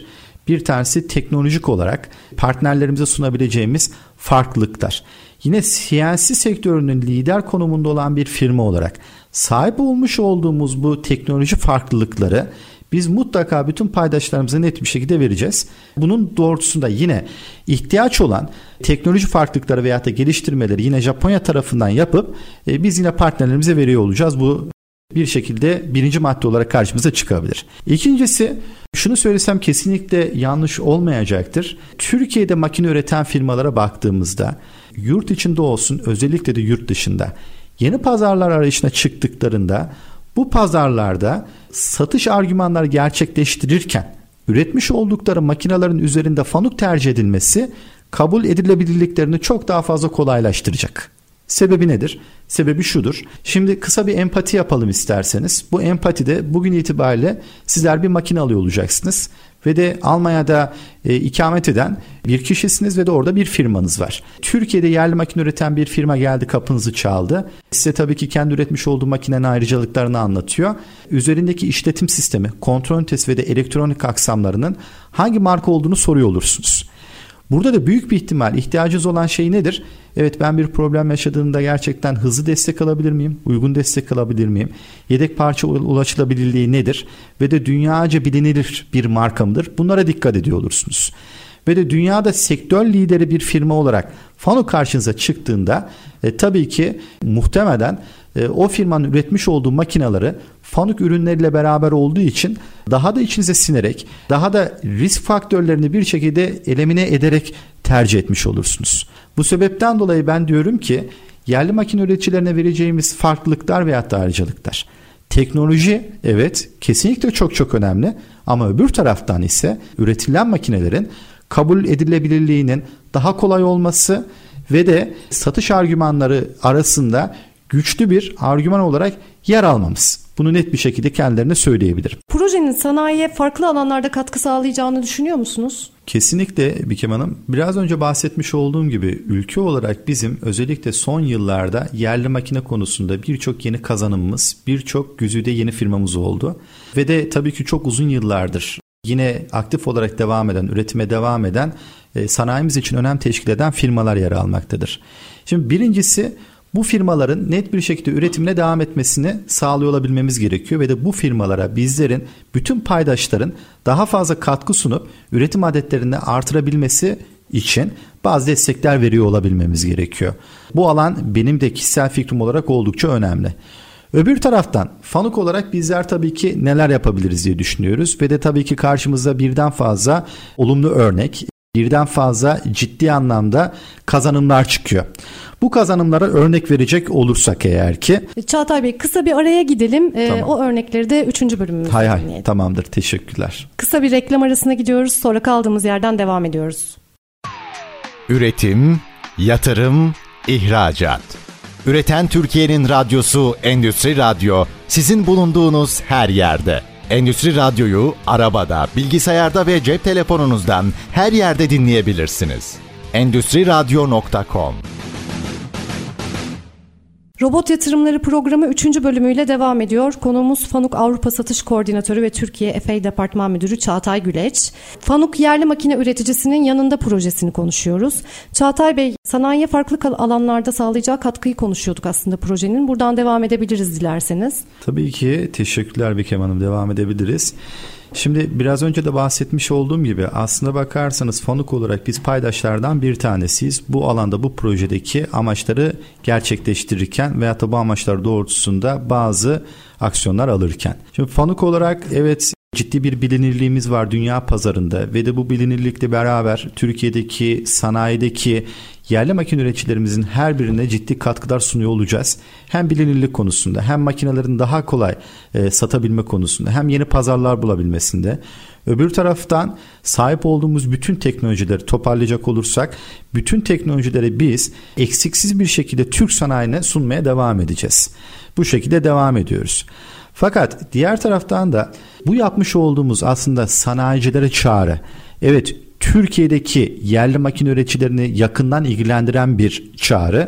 Bir tanesi teknolojik olarak partnerlerimize sunabileceğimiz farklılıklar. Yine CNC sektörünün lider konumunda olan bir firma olarak sahip olmuş olduğumuz bu teknoloji farklılıkları biz mutlaka bütün paydaşlarımıza net bir şekilde vereceğiz. Bunun doğrultusunda yine ihtiyaç olan teknoloji farklılıkları veyahut da geliştirmeleri yine Japonya tarafından yapıp biz yine partnerlerimize veriyor olacağız. Bu bir şekilde birinci madde olarak karşımıza çıkabilir. İkincisi, şunu söylesem kesinlikle yanlış olmayacaktır. Türkiye'de makine üreten firmalara baktığımızda yurt içinde olsun, özellikle de yurt dışında yeni pazarlar arayışına çıktıklarında bu pazarlarda satış argümanları gerçekleştirirken üretmiş oldukları makinelerin üzerinde Fanuc tercih edilmesi kabul edilebilirliklerini çok daha fazla kolaylaştıracak. Sebebi nedir? Sebebi şudur. Şimdi kısa bir empati yapalım isterseniz. Bu empatide bugün itibariyle sizler bir makine alıyor olacaksınız. Ve de Almanya'da ikamet eden bir kişisiniz ve de orada bir firmanız var. Türkiye'de yerli makine üreten bir firma geldi, kapınızı çaldı. Size tabii ki kendi üretmiş olduğu makinenin ayrıcalıklarını anlatıyor. Üzerindeki işletim sistemi, kontrol ünitesi ve de elektronik aksamlarının hangi marka olduğunu soruyor olursunuz. Burada da büyük bir ihtimal ihtiyacınız olan şey nedir? Evet, ben bir problem yaşadığımda gerçekten hızlı destek alabilir miyim? Uygun destek alabilir miyim? Yedek parça ulaşılabilirliği nedir? Ve de dünyaca bilinilir bir marka mıdır? Bunlara dikkat ediyor olursunuz. Ve de dünyada sektör lideri bir firma olarak Fanuc karşınıza çıktığında tabii ki muhtemelen o firmanın üretmiş olduğu makineleri Fanuc ürünleriyle beraber olduğu için daha da içinize sinerek, daha da risk faktörlerini bir şekilde elimine ederek tercih etmiş olursunuz. Bu sebepten dolayı ben diyorum ki yerli makine üreticilerine vereceğimiz farklılıklar veyahut da ayrıcalıklar. Teknoloji evet kesinlikle çok çok önemli ama öbür taraftan ise üretilen makinelerin kabul edilebilirliğinin daha kolay olması ve de satış argümanları arasında güçlü bir argüman olarak yer almamız. Bunu net bir şekilde kendilerine söyleyebilirim. Projenin sanayiye farklı alanlarda katkı sağlayacağını düşünüyor musunuz? Kesinlikle Bikem Hanım. Biraz önce bahsetmiş olduğum gibi ülke olarak bizim özellikle son yıllarda yerli makine konusunda birçok yeni kazanımımız, birçok güzide yeni firmamız oldu. Ve de tabii ki çok uzun yıllardır yine aktif olarak devam eden, üretime devam eden, sanayimiz için önem teşkil eden firmalar yer almaktadır. Şimdi birincisi, bu firmaların net bir şekilde üretimine devam etmesini sağlıyor olabilmemiz gerekiyor ve de bu firmalara bizlerin, bütün paydaşların daha fazla katkı sunup üretim adetlerini artırabilmesi için bazı destekler veriyor olabilmemiz gerekiyor. Bu alan benim de kişisel fikrim olarak oldukça önemli. Öbür taraftan Fanuc olarak bizler tabii ki neler yapabiliriz diye düşünüyoruz ve de tabii ki karşımıza birden fazla olumlu örnek, birden fazla ciddi anlamda kazanımlar çıkıyor. Bu kazanımlara örnek verecek olursak eğer ki... Çağatay Bey, kısa bir araya gidelim. Tamam. O örnekleri de 3. bölümümüzde dinleyelim. Tamamdır, teşekkürler. Kısa bir reklam arasına gidiyoruz, sonra kaldığımız yerden devam ediyoruz. Üretim, yatırım, ihracat. Üreten Türkiye'nin radyosu Endüstri Radyo, sizin bulunduğunuz her yerde. Endüstri Radyo'yu arabada, bilgisayarda ve cep telefonunuzdan her yerde dinleyebilirsiniz. Endüstriradyo.com. Robot Yatırımları programı 3. bölümüyle devam ediyor. Konuğumuz Fanuc Avrupa Satış Koordinatörü ve Türkiye FA Departman Müdürü Çağatay Güleç. Fanuc yerli makine üreticisinin yanında projesini konuşuyoruz. Çağatay Bey, sanayiye farklı alanlarda sağlayacağı katkıyı konuşuyorduk aslında projenin. Buradan devam edebiliriz dilerseniz. Tabii ki, teşekkürler Bikem Hanım, devam edebiliriz. Şimdi biraz önce de bahsetmiş olduğum gibi aslında bakarsanız Fanuc olarak biz paydaşlardan bir tanesiyiz. Bu alanda bu projedeki amaçları gerçekleştirirken veyahut da bu amaçlar doğrultusunda bazı aksiyonlar alırken. Şimdi Fanuc olarak evet ciddi bir bilinirliğimiz var dünya pazarında ve de bu bilinirlikle beraber Türkiye'deki sanayideki yerli makine üreticilerimizin her birine ciddi katkılar sunuyor olacağız. Hem bilinirlik konusunda hem makinelerin daha kolay satabilme konusunda hem yeni pazarlar bulabilmesinde. Öbür taraftan sahip olduğumuz bütün teknolojileri toparlayacak olursak bütün teknolojileri biz eksiksiz bir şekilde Türk sanayine sunmaya devam edeceğiz. Bu şekilde devam ediyoruz. Fakat diğer taraftan da bu yapmış olduğumuz aslında sanayicilere çağrı. Evet, Türkiye'deki yerli makine üreticilerini yakından ilgilendiren bir çağrı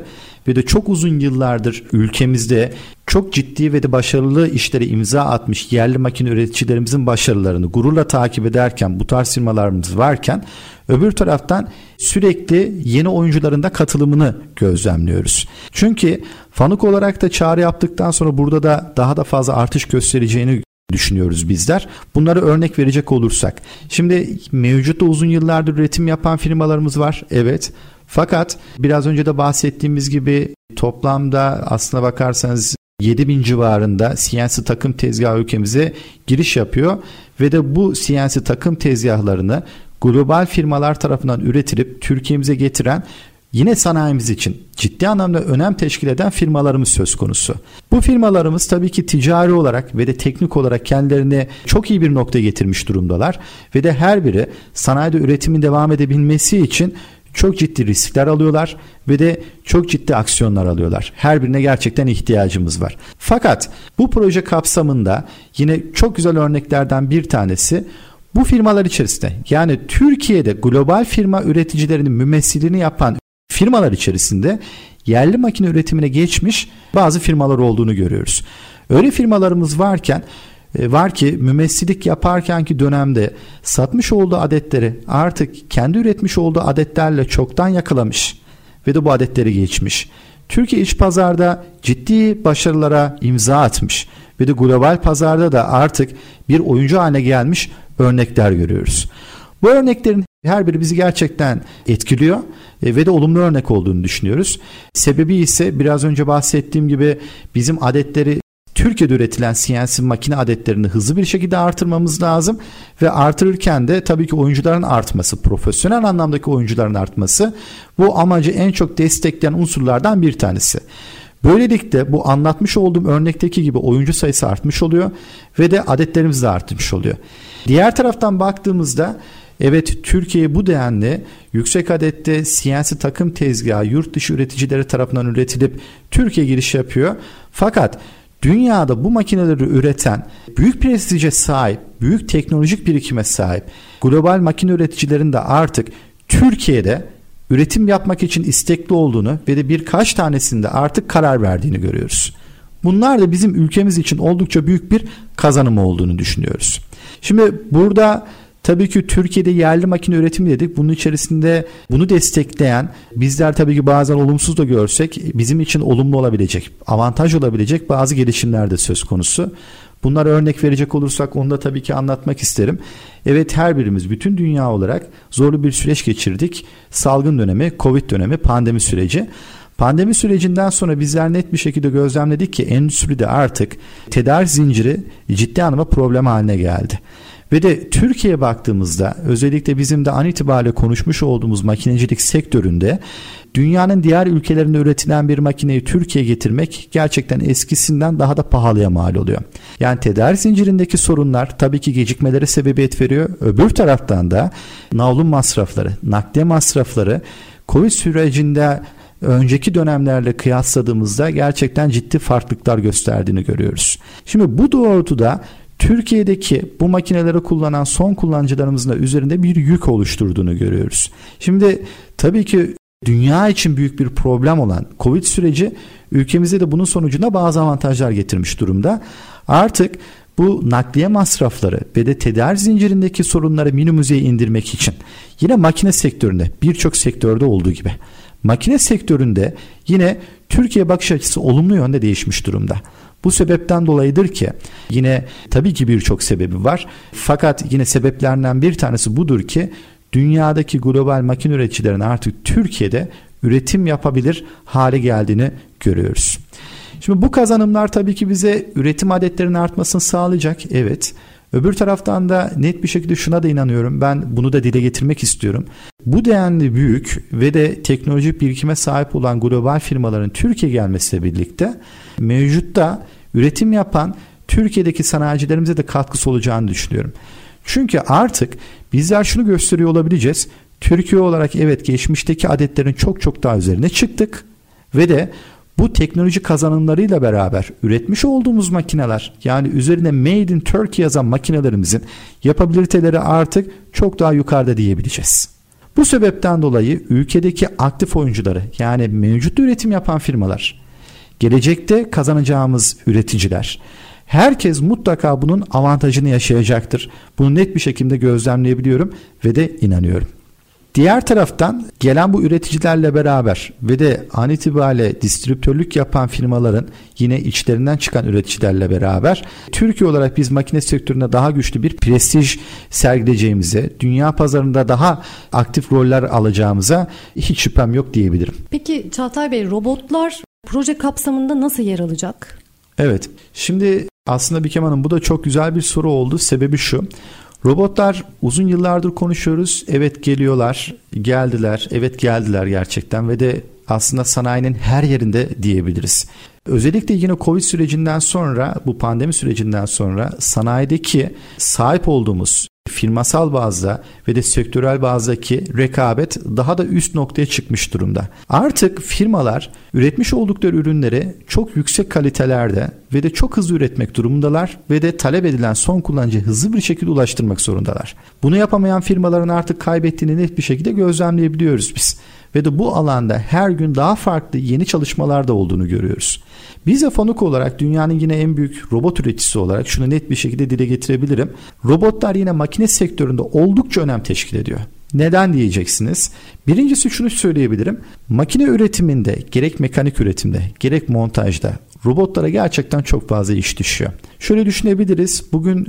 ve de çok uzun yıllardır ülkemizde çok ciddi ve de başarılı işlere imza atmış yerli makine üreticilerimizin başarılarını gururla takip ederken, bu tarz firmalarımız varken, öbür taraftan sürekli yeni oyuncuların da katılımını gözlemliyoruz. Çünkü FANUK olarak da çağrı yaptıktan sonra burada da daha da fazla artış göstereceğini düşünüyoruz bizler. Bunlara örnek verecek olursak, şimdi mevcutta uzun yıllardır üretim yapan firmalarımız var. Evet. Fakat biraz önce de bahsettiğimiz gibi toplamda aslına bakarsanız 7.000 civarında CNC takım tezgahı ülkemize giriş yapıyor ve de bu CNC takım tezgahlarını global firmalar tarafından üretilip Türkiye'mize getiren, yine sanayimiz için ciddi anlamda önem teşkil eden firmalarımız söz konusu. Bu firmalarımız tabii ki ticari olarak ve de teknik olarak kendilerini çok iyi bir noktaya getirmiş durumdalar ve de her biri sanayide üretimin devam edebilmesi için çok ciddi riskler alıyorlar ve de çok ciddi aksiyonlar alıyorlar. Her birine gerçekten ihtiyacımız var. Fakat bu proje kapsamında yine çok güzel örneklerden bir tanesi, bu firmalar içerisinde, yani Türkiye'de global firma üreticilerinin mümessilini yapan firmalar içerisinde yerli makine üretimine geçmiş bazı firmalar olduğunu görüyoruz. Öyle firmalarımız var ki mümessillik yaparkenki dönemde satmış olduğu adetleri artık kendi üretmiş olduğu adetlerle çoktan yakalamış ve de bu adetleri geçmiş. Türkiye iç pazarda ciddi başarılara imza atmış ve de global pazarda da artık bir oyuncu haline gelmiş örnekler görüyoruz. Bu örneklerin her biri bizi gerçekten etkiliyor ve de olumlu örnek olduğunu düşünüyoruz. Sebebi ise biraz önce bahsettiğim gibi bizim adetleri, Türkiye'de üretilen CNC makine adetlerini hızlı bir şekilde artırmamız lazım ve artırırken de tabii ki oyuncuların artması, profesyonel anlamdaki oyuncuların artması bu amacı en çok destekleyen unsurlardan bir tanesi. Böylelikle bu anlatmış olduğum örnekteki gibi oyuncu sayısı artmış oluyor ve de adetlerimiz de artmış oluyor. Diğer taraftan baktığımızda evet, Türkiye bu denli yüksek adette CNC takım tezgahı yurt dışı üreticileri tarafından üretilip Türkiye giriş yapıyor. Fakat dünyada bu makineleri üreten, büyük prestije sahip, büyük teknolojik birikime sahip global makine üreticilerin de artık Türkiye'de üretim yapmak için istekli olduğunu ve de birkaç tanesinde artık karar verdiğini görüyoruz. Bunlar da bizim ülkemiz için oldukça büyük bir kazanım olduğunu düşünüyoruz. Şimdi burada tabii ki Türkiye'de yerli makine üretimi dedik. Bunun içerisinde bunu destekleyen, bizler tabii ki bazen olumsuz da görsek bizim için olumlu olabilecek, avantaj olabilecek bazı gelişimler de söz konusu. Bunlara örnek verecek olursak onu da tabii ki anlatmak isterim. Evet, her birimiz bütün dünya olarak zorlu bir süreç geçirdik. Salgın dönemi, Covid dönemi, pandemi süreci. Pandemi sürecinden sonra bizler net bir şekilde gözlemledik ki endüstride artık tedarik zinciri ciddi anlamda problem haline geldi. Ve de Türkiye'ye baktığımızda özellikle bizim de an itibariyle konuşmuş olduğumuz makinecilik sektöründe dünyanın diğer ülkelerinde üretilen bir makineyi Türkiye'ye getirmek gerçekten eskisinden daha da pahalıya mal oluyor. Yani tedarik zincirindeki sorunlar tabii ki gecikmelere sebebiyet veriyor. Öbür taraftan da navlun masrafları, nakliye masrafları Covid sürecinde önceki dönemlerle kıyasladığımızda gerçekten ciddi farklılıklar gösterdiğini görüyoruz. Şimdi bu doğrultuda Türkiye'deki bu makineleri kullanan son kullanıcılarımızın da üzerinde bir yük oluşturduğunu görüyoruz. Şimdi tabii ki dünya için büyük bir problem olan Covid süreci ülkemize de bunun sonucunda bazı avantajlar getirmiş durumda. Artık bu nakliye masrafları ve de tedarik zincirindeki sorunları minimüze indirmek için yine makine sektöründe, birçok sektörde olduğu gibi makine sektöründe yine Türkiye bakış açısı olumlu yönde değişmiş durumda. Bu sebepten dolayıdır ki yine tabii ki birçok sebebi var. Fakat yine sebeplerinden bir tanesi budur ki dünyadaki global makine üreticilerin artık Türkiye'de üretim yapabilir hale geldiğini görüyoruz. Şimdi bu kazanımlar tabii ki bize üretim adetlerinin artmasını sağlayacak. Evet. Öbür taraftan da net bir şekilde şuna da inanıyorum. Ben bunu da dile getirmek istiyorum. Bu denli büyük ve de teknolojik birikime sahip olan global firmaların Türkiye gelmesiyle birlikte mevcutta üretim yapan Türkiye'deki sanayicilerimize de katkısı olacağını düşünüyorum. Çünkü artık bizler şunu gösteriyor olabileceğiz. Türkiye olarak evet, geçmişteki adetlerin çok daha üzerine çıktık ve de bu teknoloji kazanımlarıyla beraber üretmiş olduğumuz makineler, yani üzerine Made in Turkey yazan makinelerimizin yapabiliteleri artık çok daha yukarıda diyebileceğiz. Bu sebepten dolayı ülkedeki aktif oyuncuları, yani mevcut üretim yapan firmalar, gelecekte kazanacağımız üreticiler, herkes mutlaka bunun avantajını yaşayacaktır. Bunu net bir şekilde gözlemleyebiliyorum ve de inanıyorum. Diğer taraftan gelen bu üreticilerle beraber ve de an itibariyle distribütörlük yapan firmaların yine içlerinden çıkan üreticilerle beraber Türkiye olarak biz makine sektöründe daha güçlü bir prestij sergileyeceğimize, dünya pazarında daha aktif roller alacağımıza hiç şüphem yok diyebilirim. Peki Çağatay Bey, robotlar proje kapsamında nasıl yer alacak? Evet, şimdi aslında Bikem Hanım, bu da çok güzel bir soru oldu. Sebebi şu: robotlar uzun yıllardır konuşuyoruz. Evet geldiler. Evet geldiler gerçekten ve de aslında sanayinin her yerinde diyebiliriz. Özellikle yine Covid sürecinden sonra, bu pandemi sürecinden sonra sanayideki sahip olduğumuz firmasal bazda ve de sektörel bazdaki rekabet daha da üst noktaya çıkmış durumda. Artık firmalar üretmiş oldukları ürünleri çok yüksek kalitelerde ve de çok hızlı üretmek durumundalar ve de talep edilen son kullanıcıya hızlı bir şekilde ulaştırmak zorundalar. Bunu yapamayan firmaların artık kaybettiğini net bir şekilde gözlemleyebiliyoruz biz. Ve de bu alanda her gün daha farklı yeni çalışmalar da olduğunu görüyoruz. Biz de Fanuk olarak dünyanın yine en büyük robot üreticisi olarak şunu net bir şekilde dile getirebilirim. Robotlar yine makine sektöründe oldukça önem teşkil ediyor. Neden diyeceksiniz? Birincisi şunu söyleyebilirim. Makine üretiminde, gerek mekanik üretimde, gerek montajda robotlara gerçekten çok fazla iş düşüyor. Şöyle düşünebiliriz. Bugün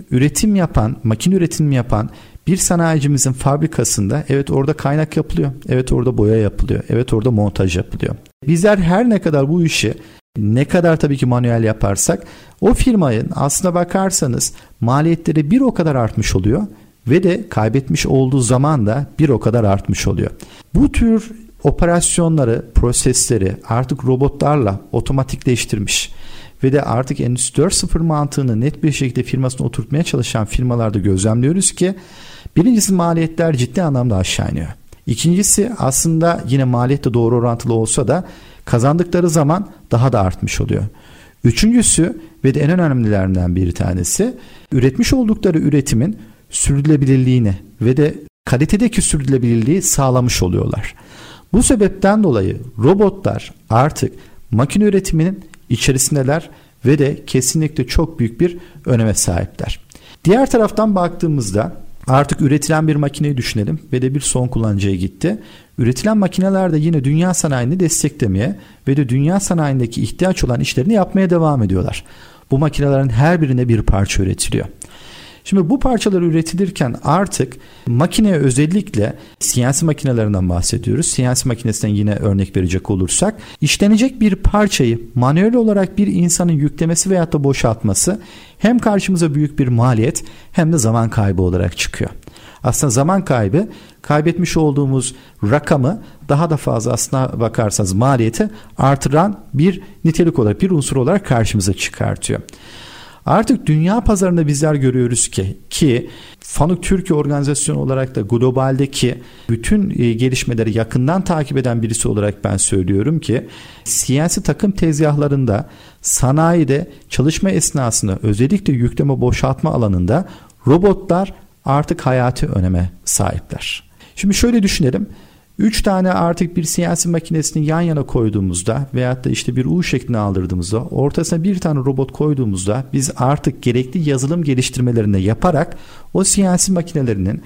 makine üretimi yapan bir sanayicimizin fabrikasında evet orada kaynak yapılıyor. Evet orada boya yapılıyor. Evet orada montaj yapılıyor. Bizler her ne kadar bu işi ne kadar tabii ki manuel yaparsak o firmanın aslına bakarsanız maliyetleri bir o kadar artmış oluyor ve de kaybetmiş olduğu zaman da bir o kadar artmış oluyor. Bu tür operasyonları, prosesleri artık robotlarla otomatikleştirmiş ve de artık Endüstri 4.0 mantığını net bir şekilde firmasına oturtmaya çalışan firmalarda gözlemliyoruz ki birincisi maliyetler ciddi anlamda aşağı iniyor. İkincisi aslında yine maliyetle doğru orantılı olsa da kazandıkları zaman daha da artmış oluyor. Üçüncüsü ve de en önemlilerinden bir tanesi üretmiş oldukları üretimin sürdürülebilirliğini ve de kalitedeki sürdürülebilirliği sağlamış oluyorlar. Bu sebepten dolayı robotlar artık makine üretiminin içerisindeler ve de kesinlikle çok büyük bir öneme sahipler. Diğer taraftan baktığımızda artık üretilen bir makineyi düşünelim ve de bir son kullanıcıya gitti. Üretilen makineler de yine dünya sanayini desteklemeye ve de dünya sanayindeki ihtiyaç olan işlerini yapmaya devam ediyorlar. Bu makinelerin her birine bir parça üretiliyor. Şimdi bu parçalar üretilirken artık makineye özellikle CNC makinelerinden bahsediyoruz. CNC makinesinden yine örnek verecek olursak işlenecek bir parçayı manuel olarak bir insanın yüklemesi veyahut da boşaltması hem karşımıza büyük bir maliyet hem de zaman kaybı olarak çıkıyor. Aslında zaman kaybı kaybetmiş olduğumuz rakamı daha da fazla aslına bakarsanız maliyeti artıran bir nitelik olarak, bir unsur olarak karşımıza çıkartıyor. Artık dünya pazarında bizler görüyoruz ki Fanuk Türkiye organizasyonu olarak da globaldeki bütün gelişmeleri yakından takip eden birisi olarak ben söylüyorum ki CNC takım tezgahlarında, sanayide çalışma esnasında özellikle yükleme boşaltma alanında robotlar artık hayati öneme sahipler. Şimdi şöyle düşünelim. 3 tane artık bir CNC makinesini yan yana koyduğumuzda veyahut da işte bir U şeklini aldırdığımızda ortasına bir tane robot koyduğumuzda biz artık gerekli yazılım geliştirmelerini yaparak o CNC makinelerinin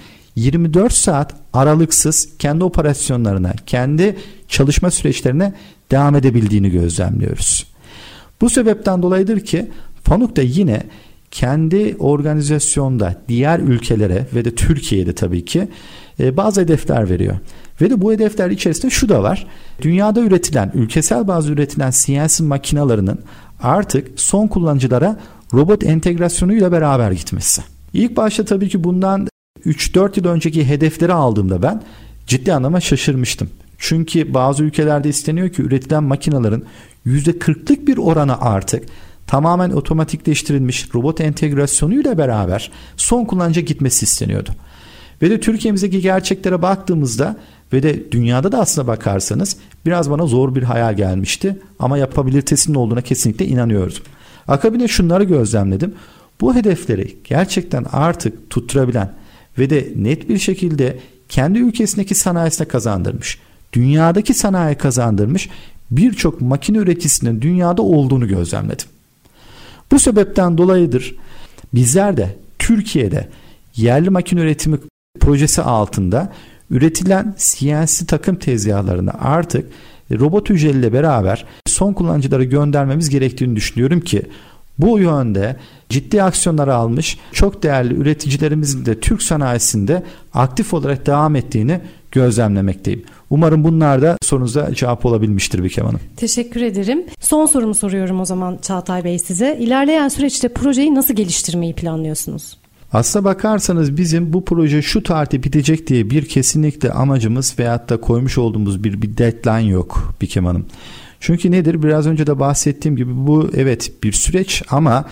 24 saat aralıksız kendi operasyonlarına, kendi çalışma süreçlerine devam edebildiğini gözlemliyoruz. Bu sebepten dolayıdır ki Fanuk da yine kendi organizasyonda diğer ülkelere ve de Türkiye'de tabii ki bazı hedefler veriyor. Ve de bu hedefler içerisinde şu da var. Dünyada üretilen, ülkesel bazda üretilen CNC makinalarının artık son kullanıcılara robot entegrasyonuyla beraber gitmesi. İlk başta tabii ki bundan 3-4 yıl önceki hedefleri aldığımda ben ciddi anlamda şaşırmıştım. Çünkü bazı ülkelerde isteniyor ki üretilen makinaların %40'lık bir oranı artık tamamen otomatikleştirilmiş robot entegrasyonuyla beraber son kullanıcıya gitmesi isteniyordu. Ve de Türkiye'mizdeki gerçeklere baktığımızda ve de dünyada da aslına bakarsanız biraz bana zor bir hayal gelmişti. Ama yapabilitesinin olduğuna kesinlikle inanıyordum. Akabinde şunları gözlemledim. Bu hedefleri gerçekten artık tutturabilen ve de net bir şekilde kendi ülkesindeki sanayisine kazandırmış. Dünyadaki sanayiye kazandırmış birçok makine üreticisinin dünyada olduğunu gözlemledim. Bu sebepten dolayıdır bizler de Türkiye'de yerli makine üretimi projesi altında üretilen CNC takım tezgahlarını artık robot hücreleriyle beraber son kullanıcılara göndermemiz gerektiğini düşünüyorum ki bu yönde ciddi aksiyonlar almış çok değerli üreticilerimizin de Türk sanayisinde aktif olarak devam ettiğini gözlemlemekteyim. Umarım bunlar da sorunuza cevap olabilmiştir Bikem Hanım. Teşekkür ederim. Son sorumu soruyorum o zaman Çağatay Bey size. İlerleyen süreçte projeyi nasıl geliştirmeyi planlıyorsunuz? Aslına bakarsanız bizim bu proje şu tarihte bitecek diye bir kesinlikle amacımız veyahut da koymuş olduğumuz bir deadline yok Bikem Hanım. Çünkü nedir? Biraz önce de bahsettiğim gibi bu evet bir süreç ama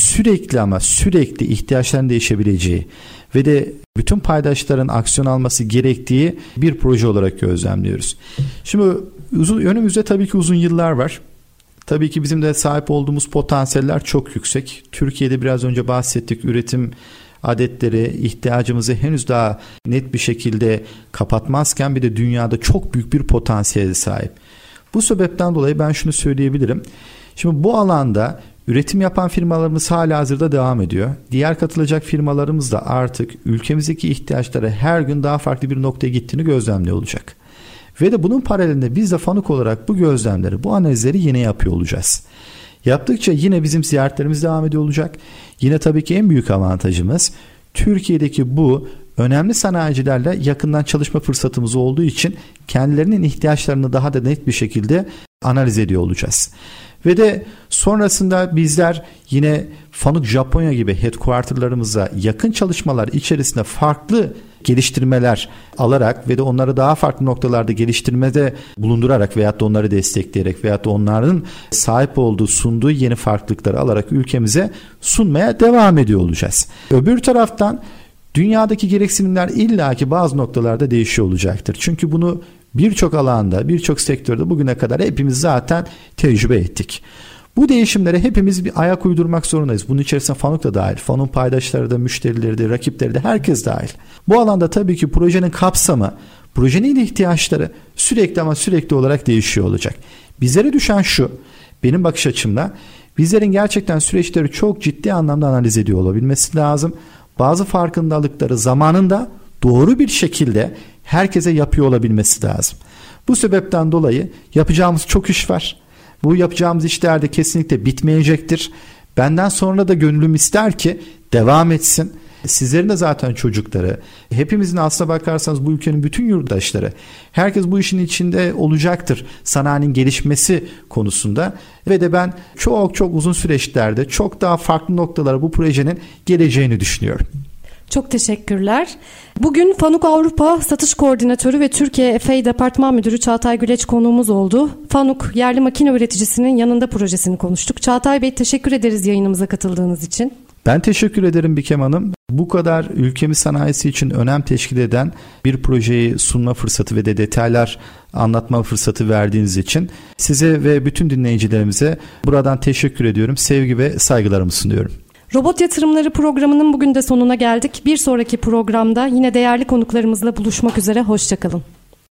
sürekli ihtiyaçların değişebileceği ve de bütün paydaşların aksiyon alması gerektiği bir proje olarak gözlemliyoruz. Şimdi önümüzde tabii ki uzun yıllar var. Tabii ki bizim de sahip olduğumuz potansiyeller çok yüksek. Türkiye'de biraz önce bahsettik, üretim adetleri ihtiyacımızı henüz daha net bir şekilde kapatmazken bir de dünyada çok büyük bir potansiyele sahip. Bu sebepten dolayı ben şunu söyleyebilirim. Şimdi bu alanda üretim yapan firmalarımız halihazırda devam ediyor. Diğer katılacak firmalarımız da artık ülkemizdeki ihtiyaçlara her gün daha farklı bir noktaya gittiğini gözlemliyor olacak. Ve de bunun paralelinde biz de Fanuk olarak bu gözlemleri, bu analizleri yine yapıyor olacağız. Yaptıkça yine bizim ziyaretlerimiz devam ediyor olacak. Yine tabii ki en büyük avantajımız Türkiye'deki bu önemli sanayicilerle yakından çalışma fırsatımız olduğu için kendilerinin ihtiyaçlarını daha da net bir şekilde analiz ediyor olacağız. Ve de sonrasında bizler yine Fanuk Japonya gibi headquarterlarımıza yakın çalışmalar içerisinde farklı geliştirmeler alarak ve de onları daha farklı noktalarda geliştirmede bulundurarak veyahut da onları destekleyerek veyahut da onların sahip olduğu, sunduğu yeni farklılıkları alarak ülkemize sunmaya devam ediyor olacağız. Öbür taraftan dünyadaki gereksinimler illaki bazı noktalarda değişiyor olacaktır. Çünkü bunu birçok alanda, birçok sektörde bugüne kadar hepimiz zaten tecrübe ettik. Bu değişimlere hepimiz bir ayak uydurmak zorundayız. Bunun içerisinde Fanuk da dahil. Fanuk'un paydaşları da, müşterileri de, rakipleri de herkes dahil. Bu alanda tabii ki projenin kapsamı, projenin ihtiyaçları sürekli olarak değişiyor olacak. Bizlere düşen şu, benim bakış açımda bizlerin gerçekten süreçleri çok ciddi anlamda analiz ediyor olabilmesi lazım. Bazı farkındalıkları zamanında doğru bir şekilde herkese yapıyor olabilmesi lazım. Bu sebepten dolayı yapacağımız çok iş var. Bu yapacağımız işler de kesinlikle bitmeyecektir. Benden sonra da gönlüm ister ki devam etsin. Sizlerin de zaten çocukları, hepimizin aslına bakarsanız bu ülkenin bütün yurttaşları, herkes bu işin içinde olacaktır sanayinin gelişmesi konusunda. Ve de ben çok uzun süreçlerde çok daha farklı noktalara bu projenin geleceğini düşünüyorum. Çok teşekkürler. Bugün Fanuk Avrupa Satış Koordinatörü ve Türkiye FA Departman Müdürü Çağatay Güleç konuğumuz oldu. Fanuk yerli makine üreticisinin yanında projesini konuştuk. Çağatay Bey, teşekkür ederiz yayınımıza katıldığınız için. Ben teşekkür ederim Bikem Hanım. Bu kadar ülkemiz sanayisi için önem teşkil eden bir projeyi sunma fırsatı ve de detaylar anlatma fırsatı verdiğiniz için size ve bütün dinleyicilerimize buradan teşekkür ediyorum. Sevgi ve saygılarımı sunuyorum. Robot Yatırımları programının bugün de sonuna geldik. Bir sonraki programda yine değerli konuklarımızla buluşmak üzere. Hoşça kalın.